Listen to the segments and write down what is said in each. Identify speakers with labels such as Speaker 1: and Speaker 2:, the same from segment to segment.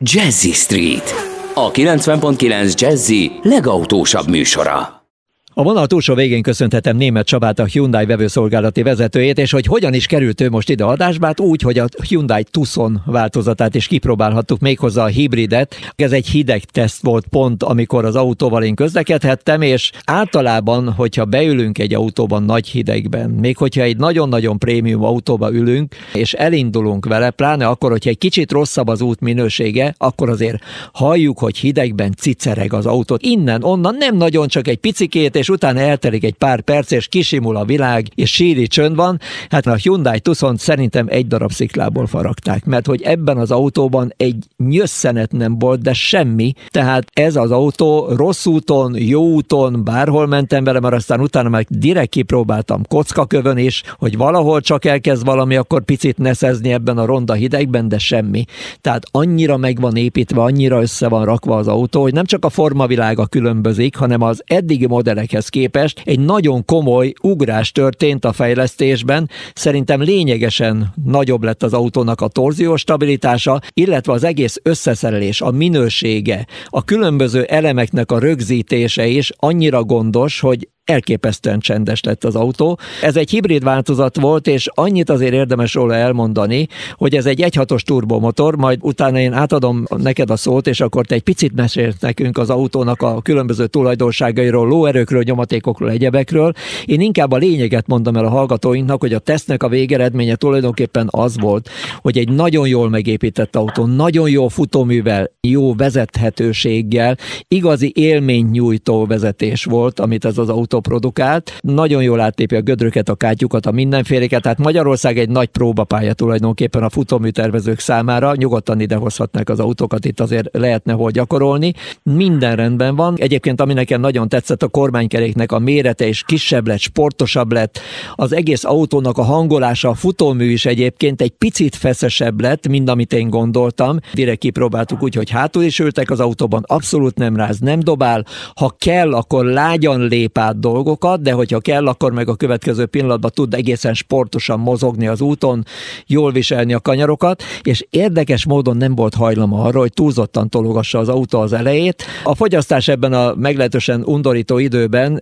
Speaker 1: Jazzy Street, a 90.9 Jazzy legautósabb műsora.
Speaker 2: A vonal túlsó végén köszönhetem Németh Csabát, a Hyundai vevőszolgálati vezetőjét, és hogy hogyan is került ő most ide adásba, hát úgy, hogy a Hyundai Tucson változatát is kipróbálhattuk, méghozzá a hibridet. Ez egy hideg teszt volt pont, amikor az autóval én közlekedhettem, és általában, hogyha beülünk egy autóban nagy hidegben, még hogyha egy nagyon-nagyon prémium autóba ülünk, és elindulunk vele, pláne akkor, hogyha egy kicsit rosszabb az út minősége, akkor azért halljuk, hogy hidegben cicereg az autót. Innen, onnan nem nagyon, csak egy picikét, és utána eltelik egy pár perc, és kisimul a világ, és síri csönd van. Hát a Hyundai Tucsont szerintem egy darab sziklából faragták, mert hogy ebben az autóban egy nyösszenet nem volt, de semmi. Tehát ez az autó rossz úton, jó úton, bárhol mentem vele, mert aztán utána meg direkt kipróbáltam kockakövön is, hogy valahol csak elkezd valami, akkor picit neszezni ebben a ronda hidegben, de semmi. Tehát annyira meg van építve, annyira össze van rakva az autó, hogy nem csak a formavilága különbözik, hanem az eddigi modellekhez képest egy nagyon komoly ugrás történt a fejlesztésben. Szerintem lényegesen nagyobb lett az autónak a torziós stabilitása, illetve az egész összeszerelés, a minősége, a különböző elemeknek a rögzítése is annyira gondos, hogy elképesztően csendes lett az autó. Ez egy hibrid változat volt, és annyit azért érdemes róla elmondani, hogy ez egy 1.6-os turbomotor, majd utána én átadom neked a szót, és akkor te egy picit mesélsz nekünk az autónak a különböző tulajdonságairól, lóerőkről, nyomatékokról, egyebekről. Én inkább a lényeget mondom el a hallgatóinknak, hogy a tesztnek a végeredménye tulajdonképpen az volt, hogy egy nagyon jól megépített autó, nagyon jó futóművel, jó vezethetőséggel, igazi élménynyújtó vezetés volt, amit ez az autó produkált. Nagyon jól átlépi a gödröket, a kátyukat, a mindenféléket. Tehát Magyarország egy nagy próbapálya tulajdonképpen a futóműtervezők számára. Nyugodtan idehozhatnák az autókat, itt azért lehetne hol gyakorolni. Minden rendben van. Egyébként, ami nekem nagyon tetszett, a kormánykeréknek a mérete is kisebb lett, sportosabb lett. Az egész autónak a hangolása, a futómű is egyébként egy picit feszesebb lett, mint amit én gondoltam. Direkt kipróbáltuk úgy, hogy hátul is ültek az autóban, abszolút nem ráz, nem dobál. Ha kell, akkor lágyan lép át dolgokat, de hogyha kell, akkor meg a következő pillanatban tud egészen sportosan mozogni az úton, jól viselni a kanyarokat, és érdekes módon nem volt hajlama arra, hogy túlzottan tologassa az autó az elejét. A fogyasztás ebben a meglehetősen undorító időben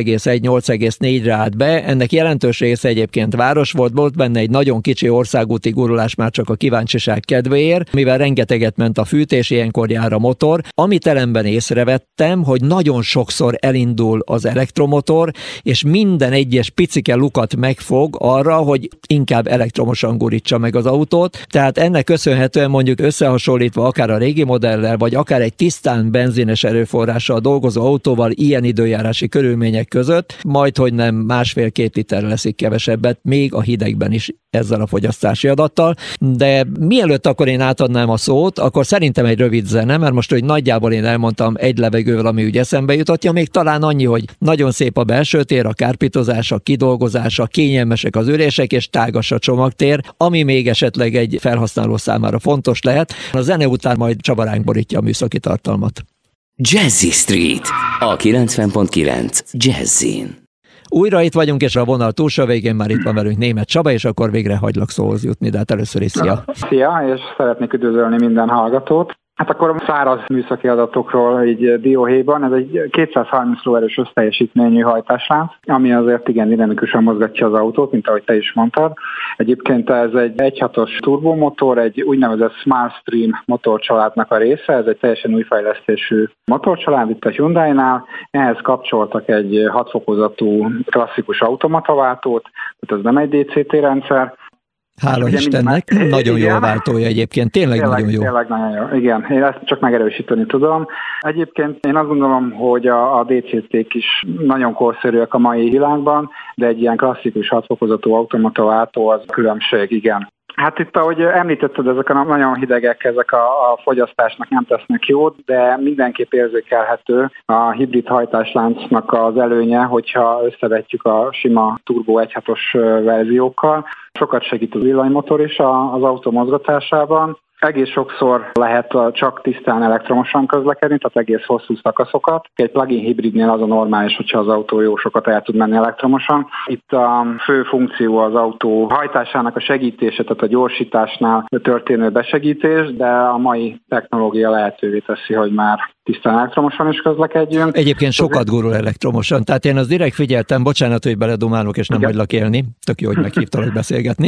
Speaker 2: 8,1-8,4-re állt be, ennek jelentős része egyébként város volt benne egy nagyon kicsi országúti gurulás már csak a kíváncsiság kedvéért, mivel rengeteget ment a fűtés, ilyenkor jár a motor. Amit ellenben észrevettem, hogy nagyon sokszor elindul az elektromotor, és minden egyes picike lukat megfog arra, hogy inkább elektromosan gurítsa meg az autót. Tehát ennek köszönhetően mondjuk összehasonlítva akár a régi modellel, vagy akár egy tisztán benzines erőforrással dolgozó autóval ilyen időjárási körülmények között, majdhogy nem 1,5-2 liter leszik kevesebbet, még a hidegben is ezzel a fogyasztási adattal. De mielőtt akkor én átadnám a szót, akkor szerintem egy rövid zene, mert most, hogy nagyjából én elmondtam egy levegővel, ami úgy eszembe jutott, még talán annyi, hogy nagyon szép a belső tér, a kárpítozás, a kidolgozása, kényelmesek az ülések és tágas a csomagtér, ami még esetleg egy felhasználó számára fontos lehet. A zene után majd Csaba ránk borítja a műszaki tartalmat.
Speaker 1: Jazzy Street, a 90.9 Jazzin.
Speaker 2: Újra itt vagyunk, és a vonal túlsó végén már itt van velünk Németh Csaba, és akkor végre hagylak szóhoz jutni, de hát először is szia!
Speaker 3: Szia, és szeretnék üdvözölni minden hallgatót. Hát akkor száraz műszaki adatokról így dióhéjban, ez egy 230 lóerős összteljesítményű hajtáslánc, ami azért igen dinamikusan mozgatja az autót, mint ahogy te is mondtad. Egyébként ez egy 1.6-os turbomotor, egy úgynevezett Smartstream motorcsaládnak a része, ez egy teljesen új fejlesztésű motorcsalád itt a Hyundai-nál. Ehhez kapcsoltak egy 6 fokozatú klasszikus automataváltót, tehát ez nem egy DCT rendszer.
Speaker 2: Hála Istennek, nagyon jó a váltója egyébként, tényleg nagyon jó.
Speaker 3: Tényleg nagyon jó, igen, én ezt csak megerősíteni tudom. Egyébként én azt gondolom, hogy a DCT-k is nagyon korszerűek a mai világban, de egy ilyen klasszikus 6 fokozatú automataváltó az különbség, igen. Hát itt, ahogy említetted, ezek a nagyon hidegek, ezek a fogyasztásnak nem tesznek jót, de mindenképp érzékelhető a hibrid hajtásláncnak az előnye, hogyha összevetjük a sima turbo 1.6-os verziókkal. Sokat segít az villanymotor is az autó mozgatásában. egész sokszor lehet csak tisztán elektromosan közlekedni, tehát egész hosszú szakaszokat. Egy plug-in hibridnél az a normális, hogyha az autó jó sokat el tud menni elektromosan. Itt a fő funkció az autó hajtásának a segítése, tehát a gyorsításnál történő besegítés, de a mai technológia lehetővé teszi, hogy már tisztán elektromosan is közlekedjünk.
Speaker 2: Egyébként sokat gurul elektromosan, tehát én azt direkt figyeltem, bocsánat, hogy beledumálok és nem hagylak élni, tök jó, hogy meghívtalak beszélgetni,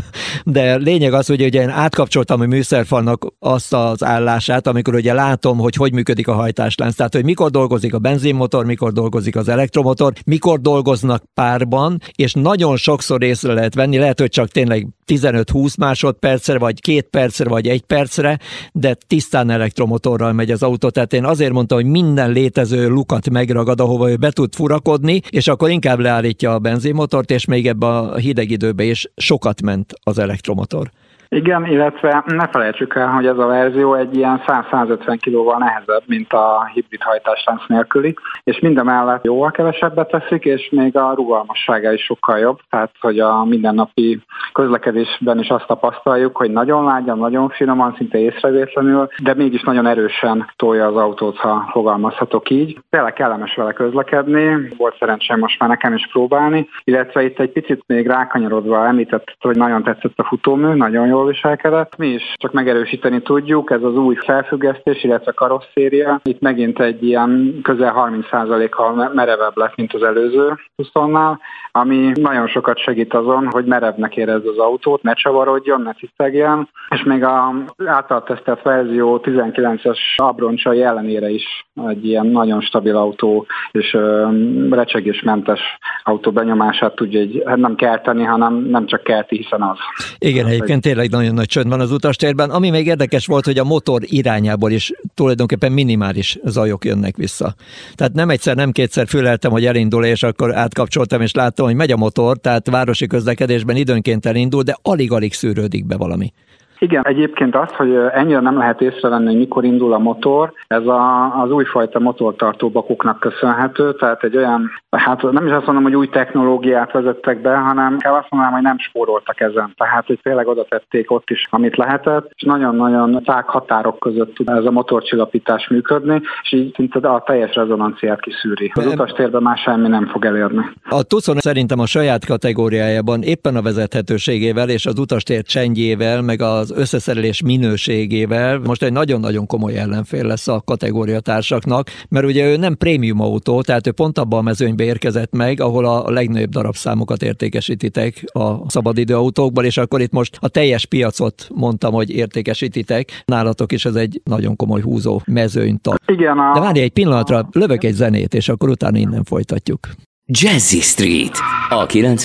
Speaker 2: de lényeg az, hogy ugye én átkapcsoltam a műszerfalnak azt az állását, amikor ugye látom, hogy működik a hajtáslánc, tehát hogy mikor dolgozik a benzinmotor, mikor dolgozik az elektromotor, mikor dolgoznak párban, és nagyon sokszor észre lehet venni, lehet, hogy csak tényleg 15-20 másodpercre, vagy 2 percre, vagy 1 percre, de tisztán elektromotorral megy az autó, tehát én azért mondtam, hogy minden létező lukat megragad, ahova ő be tud furakodni, és akkor inkább leállítja a benzinmotort, és még ebbe a hideg időbe is sokat ment az elektromotor.
Speaker 3: Igen, illetve ne felejtsük el, hogy ez a verzió egy ilyen 100-150 kilóval nehezebb, mint a hibrid hajtáslánc nélküli, és mindemellett jóval kevesebbet teszik, és még a rugalmassága is sokkal jobb, tehát hogy a mindennapi közlekedésben is azt tapasztaljuk, hogy nagyon lágyan, nagyon finoman, szinte észrevétlenül, de mégis nagyon erősen tolja az autót, ha fogalmazhatok így. Tényleg kellemes vele közlekedni, volt szerencsém most már nekem is próbálni, illetve itt egy picit még rákanyarodva említett, hogy nagyon tetszett a futómű, nagyon jól viselkedett. Mi is csak megerősíteni tudjuk, ez az új felfüggesztés, illetve karosszéria. Itt megint egy ilyen közel 30%-kal merevebb lett, mint az előző 20-nál, ami nagyon sokat segít azon, hogy merevnek érezze az autót, ne csavarodjon, ne cicegjen, és még az által tesztelt verzió 19-es abroncsai ellenére is egy ilyen nagyon stabil autó és recsegésmentes autó benyomását tudja nem kelteni, hanem nem csak kelti, hiszen az.
Speaker 2: Igen, egyébként tényleg nagyon nagy csönd van az utastérben. Ami még érdekes volt, hogy a motor irányából is tulajdonképpen minimális zajok jönnek vissza. Tehát nem egyszer, nem kétszer füleltem, hogy elindul, és akkor átkapcsoltam, és láttam, hogy megy a motor, tehát városi közlekedésben időnként elindul, de alig-alig szűrődik be valami.
Speaker 3: Igen, egyébként az, hogy ennyire nem lehet észrevenni, hogy mikor indul a motor, ez az újfajta motortartó bakoknak köszönhető, tehát egy olyan, hát nem is azt mondom, hogy új technológiát vezettek be, hanem kell azt mondanám, hogy nem spóroltak ezen. Tehát, hogy tényleg oda tették ott is, amit lehetett, és nagyon-nagyon tág határok között tud ez a motorcsillapítás működni, és így szinte a teljes rezonanciát kiszűri. Az utastérben már semmi nem fog elérni.
Speaker 2: A Tucson szerintem a saját kategóriájában éppen a vezethetőségével és az utastér csendjével, meg az összeszerelés minőségével most egy nagyon-nagyon komoly ellenfél lesz a kategóriatársaknak, mert ugye ő nem prémium autó, tehát ő pont abban a mezőnybe érkezett meg, ahol a legnagyobb darabszámokat értékesítitek a szabadidőautókból, és akkor itt most a teljes piacot mondtam, hogy értékesítitek. Nálatok is ez egy nagyon komoly húzó mezőnyt tart.
Speaker 3: Igen,
Speaker 2: de várj egy pillanatra, lövök egy zenét, és akkor utána innen folytatjuk.
Speaker 1: Jazzy Street, a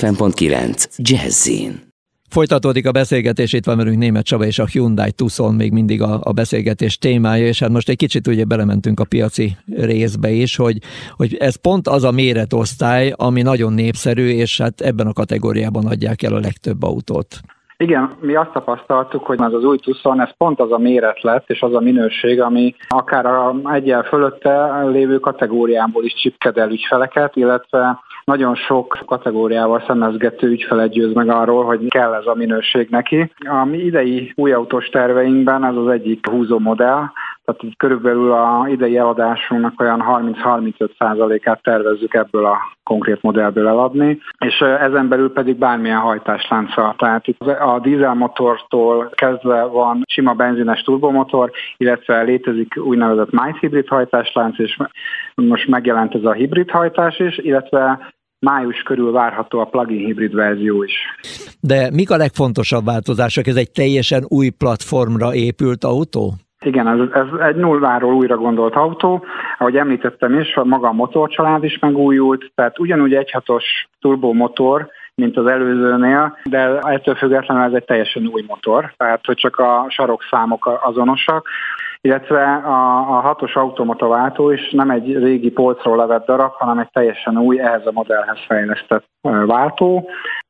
Speaker 1: 90.9 Jazzin.
Speaker 2: Folytatódik a beszélgetés, itt van velünk Németh Csaba és a Hyundai Tucson még mindig a beszélgetés témája, és hát most egy kicsit ugye belementünk a piaci részbe is, hogy ez pont az a méretosztály, ami nagyon népszerű, és hát ebben a kategóriában adják el a legtöbb autót.
Speaker 3: Igen, mi azt tapasztaltuk, hogy az új Tucson, ez pont az a méret lett, és az a minőség, ami akár eggyel fölötte lévő kategóriából is csipked el ügyfeleket, illetve nagyon sok kategóriával szemezgető ügyfelet győz meg arról, hogy kell ez a minőség neki. A mi idei új autós terveinkben ez az egyik húzó modell, tehát így körülbelül az idei eladásunknak olyan 30-35%-át tervezzük ebből a konkrét modellből eladni, és ezen belül pedig bármilyen hajtáslánccal. Tehát itt a dízelmotortól kezdve van sima benzines turbomotor, illetve létezik úgynevezett mild hibrid hajtáslánc, és most megjelent ez a hibrid hajtás is, illetve május körül várható a plug-in hibrid verzió is.
Speaker 2: De mik a legfontosabb változások? Ez egy teljesen új platformra épült autó?
Speaker 3: Igen, ez egy nulláról újra gondolt autó. Ahogy említettem is, maga a motorcsalád is megújult, tehát ugyanúgy 1.6-os turbomotor, mint az előzőnél, de ettől függetlenül ez egy teljesen új motor, tehát hogy csak a sarokszámok azonosak, illetve a 6-os automata váltó is nem egy régi polcról levett darab, hanem egy teljesen új, ehhez a modellhez fejlesztett váltó.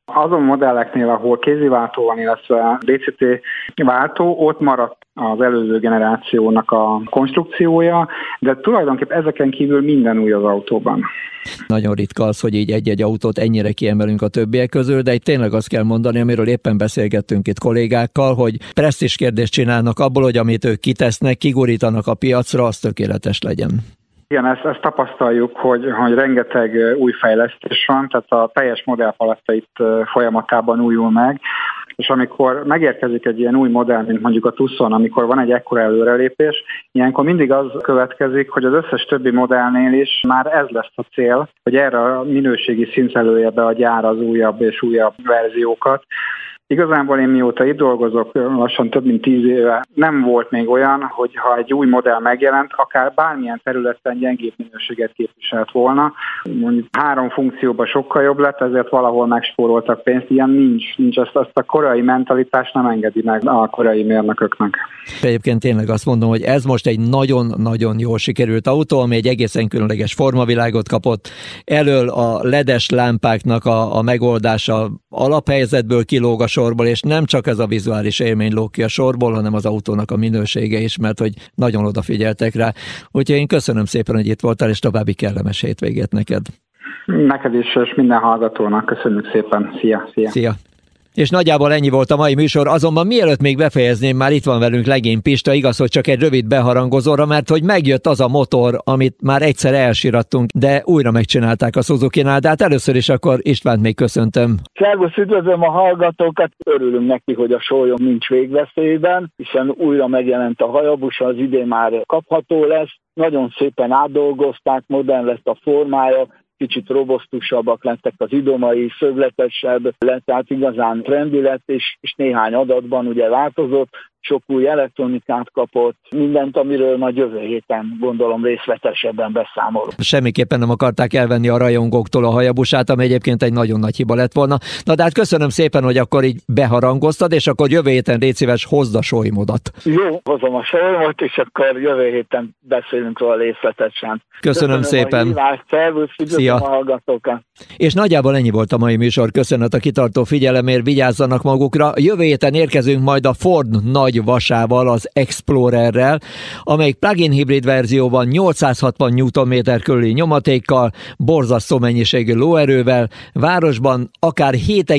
Speaker 3: Azon modelleknél, ahol kéziváltó van, illetve DCT váltó, ott maradt az előző generációnak a konstrukciója, de tulajdonképpen ezeken kívül minden új az autóban.
Speaker 2: Nagyon ritka az, hogy így egy-egy autót ennyire kiemelünk a többiek közül, de itt tényleg azt kell mondani, amiről éppen beszélgettünk itt kollégákkal, hogy presztízs kérdést csinálnak abból, hogy amit ők kitesznek, kigurítanak a piacra, az tökéletes legyen.
Speaker 3: Igen, ezt tapasztaljuk, hogy rengeteg új fejlesztés van, tehát a teljes modellpaletta itt folyamatában újul meg, és amikor megérkezik egy ilyen új modell, mint mondjuk a Tucson, amikor van egy ekkora előrelépés, ilyenkor mindig az következik, hogy az összes többi modellnél is már ez lesz a cél, hogy erre a minőségi szint elője be a gyár az újabb és újabb verziókat. Igazából én mióta itt dolgozok, lassan több mint 10 éve, nem volt még olyan, hogy ha egy új modell megjelent, akár bármilyen területen gyengébb minőséget képviselt volna. Mondjuk 3 funkcióban sokkal jobb lett, ezért valahol megspóroltak pénzt. Ilyen nincs. Azt a korai mentalitást nem engedi meg a korai mérnököknek.
Speaker 2: Egyébként tényleg azt mondom, hogy ez most egy nagyon-nagyon jól sikerült autó, ami egy egészen különleges formavilágot kapott. Elől a LED-es lámpáknak a megoldása alaphelyzetből kilóg a sorból, és nem csak ez a vizuális élmény lóg ki a sorból, hanem az autónak a minősége is, mert hogy nagyon odafigyeltek rá. Úgyhogy én köszönöm szépen, hogy itt voltál, és további kellemes hétvégét neked.
Speaker 3: Neked is, és minden hallgatónak köszönjük szépen. Szia!
Speaker 2: És nagyjából ennyi volt a mai műsor, azonban mielőtt még befejezném, már itt van velünk Legény Pista, igaz, hogy csak egy rövid beharangozóra, mert hogy megjött az a motor, amit már egyszer elsirattunk, de újra megcsinálták a Suzuki-nál, de hát először is akkor Istvánt még köszöntöm.
Speaker 4: Szervusz, üdvözlöm a hallgatókat, örülünk neki, hogy a sólyom nincs végveszélyben, hiszen újra megjelent a Hayabusa, az idén már kapható lesz, nagyon szépen átdolgozták, modern lesz a formája, kicsit robosztusabbak lettek az idomai, szögletesebb lett, tehát igazán trendi lett, és néhány adatban ugye változott, sok új elektronikát kapott, mindent, amiről majd jövő héten gondolom részletesebben beszámolunk.
Speaker 2: Semmiképpen nem akarták elvenni a rajongóktól a Hayabusát, ami egyébként egy nagyon nagy hiba lett volna. Na de hát köszönöm szépen, hogy akkor így beharangoztad, és akkor jövő héten légy szíves, hozd a sólymodat.
Speaker 4: Jó, hozom a sólymot, és akkor jövő héten beszélünk róla részletesen.
Speaker 2: Köszönöm szépen.
Speaker 4: A hívást, szervusz, üdvözlöm a hallgatókat.
Speaker 2: És nagyjából ennyi volt a mai műsor. Köszönet a kitartó figyelemért, vigyázzanak magukra. Jövő héten érkezünk majd a Ford nagy vasával, az Explorerrel, amelyik plug-in hibrid verzióban 860 Nm körüli nyomatékkal, borzasztó mennyiségű lóerővel, városban akár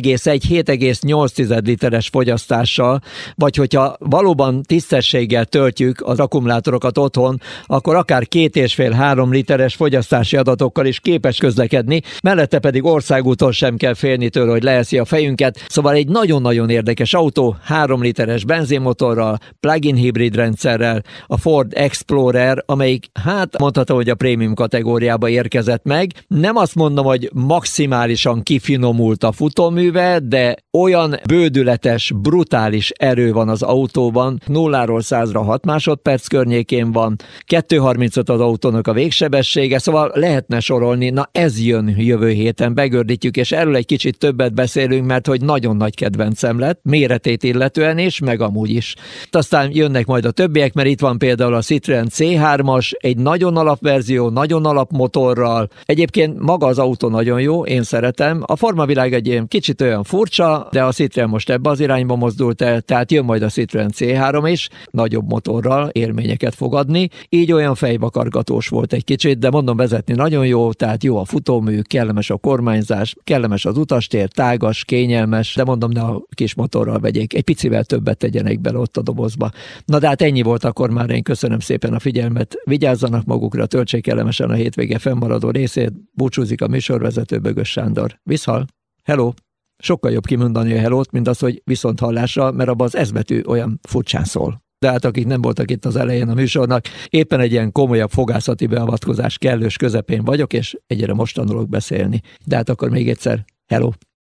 Speaker 2: 7,1-7,8 literes fogyasztással, vagy hogyha valóban tisztességgel töltjük az akkumulátorokat otthon, akkor akár 2,5-3 literes fogyasztási adatokkal is képes közlekedni, mellette pedig országúton sem kell félni tőle, hogy leeszi a fejünket. Szóval egy nagyon-nagyon érdekes autó, 3 literes benzinmotor, plug-in hibrid rendszerrel, a Ford Explorer, amelyik mondhatom, hogy a prémium kategóriába érkezett meg. Nem azt mondom, hogy maximálisan kifinomult a futóműve, de olyan bődületes, brutális erő van az autóban, 0-ról 100-ra 6 másodperc környékén van, 2,35 az autónak a végsebessége, szóval lehetne sorolni, na ez jön jövő héten, begördítjük, és erről egy kicsit többet beszélünk, mert hogy nagyon nagy kedvencem lett, méretét illetően is, meg amúgy is. Aztán jönnek majd a többiek, mert itt van például a Citroen C3-as, egy nagyon alapverzió, nagyon alapmotorral. Egyébként maga az autó nagyon jó, én szeretem. A formavilág egy ilyen kicsit olyan furcsa, de a Citroen most ebbe az irányba mozdult el, tehát jön majd a Citroen C3 is, nagyobb motorral élményeket fog adni. Így olyan fejvakargatós volt egy kicsit, de mondom, vezetni nagyon jó, tehát jó a futómű, kellemes a kormányzás, kellemes az utastér, tágas, kényelmes, de mondom, ne a kis motorral vegyék, egy picivel többet tegyenek bele ott a dobozba. Na de hát ennyi volt akkor már, én köszönöm szépen a figyelmet, vigyázzanak magukra, töltsék kellemesen a hétvége fennmaradó részét, búcsúzik a műsorvezető Bögös Sándor. Viszhal! Hello! Sokkal jobb kimondani a hellót, mint az, hogy viszont hallásra, mert abban az S-betű olyan furcsán szól. De hát akik nem voltak itt az elején a műsornak, éppen egy ilyen komolyabb fogászati beavatkozás kellős közepén vagyok, és egyre most tanulok beszélni. De hát akkor még egyszer, hello!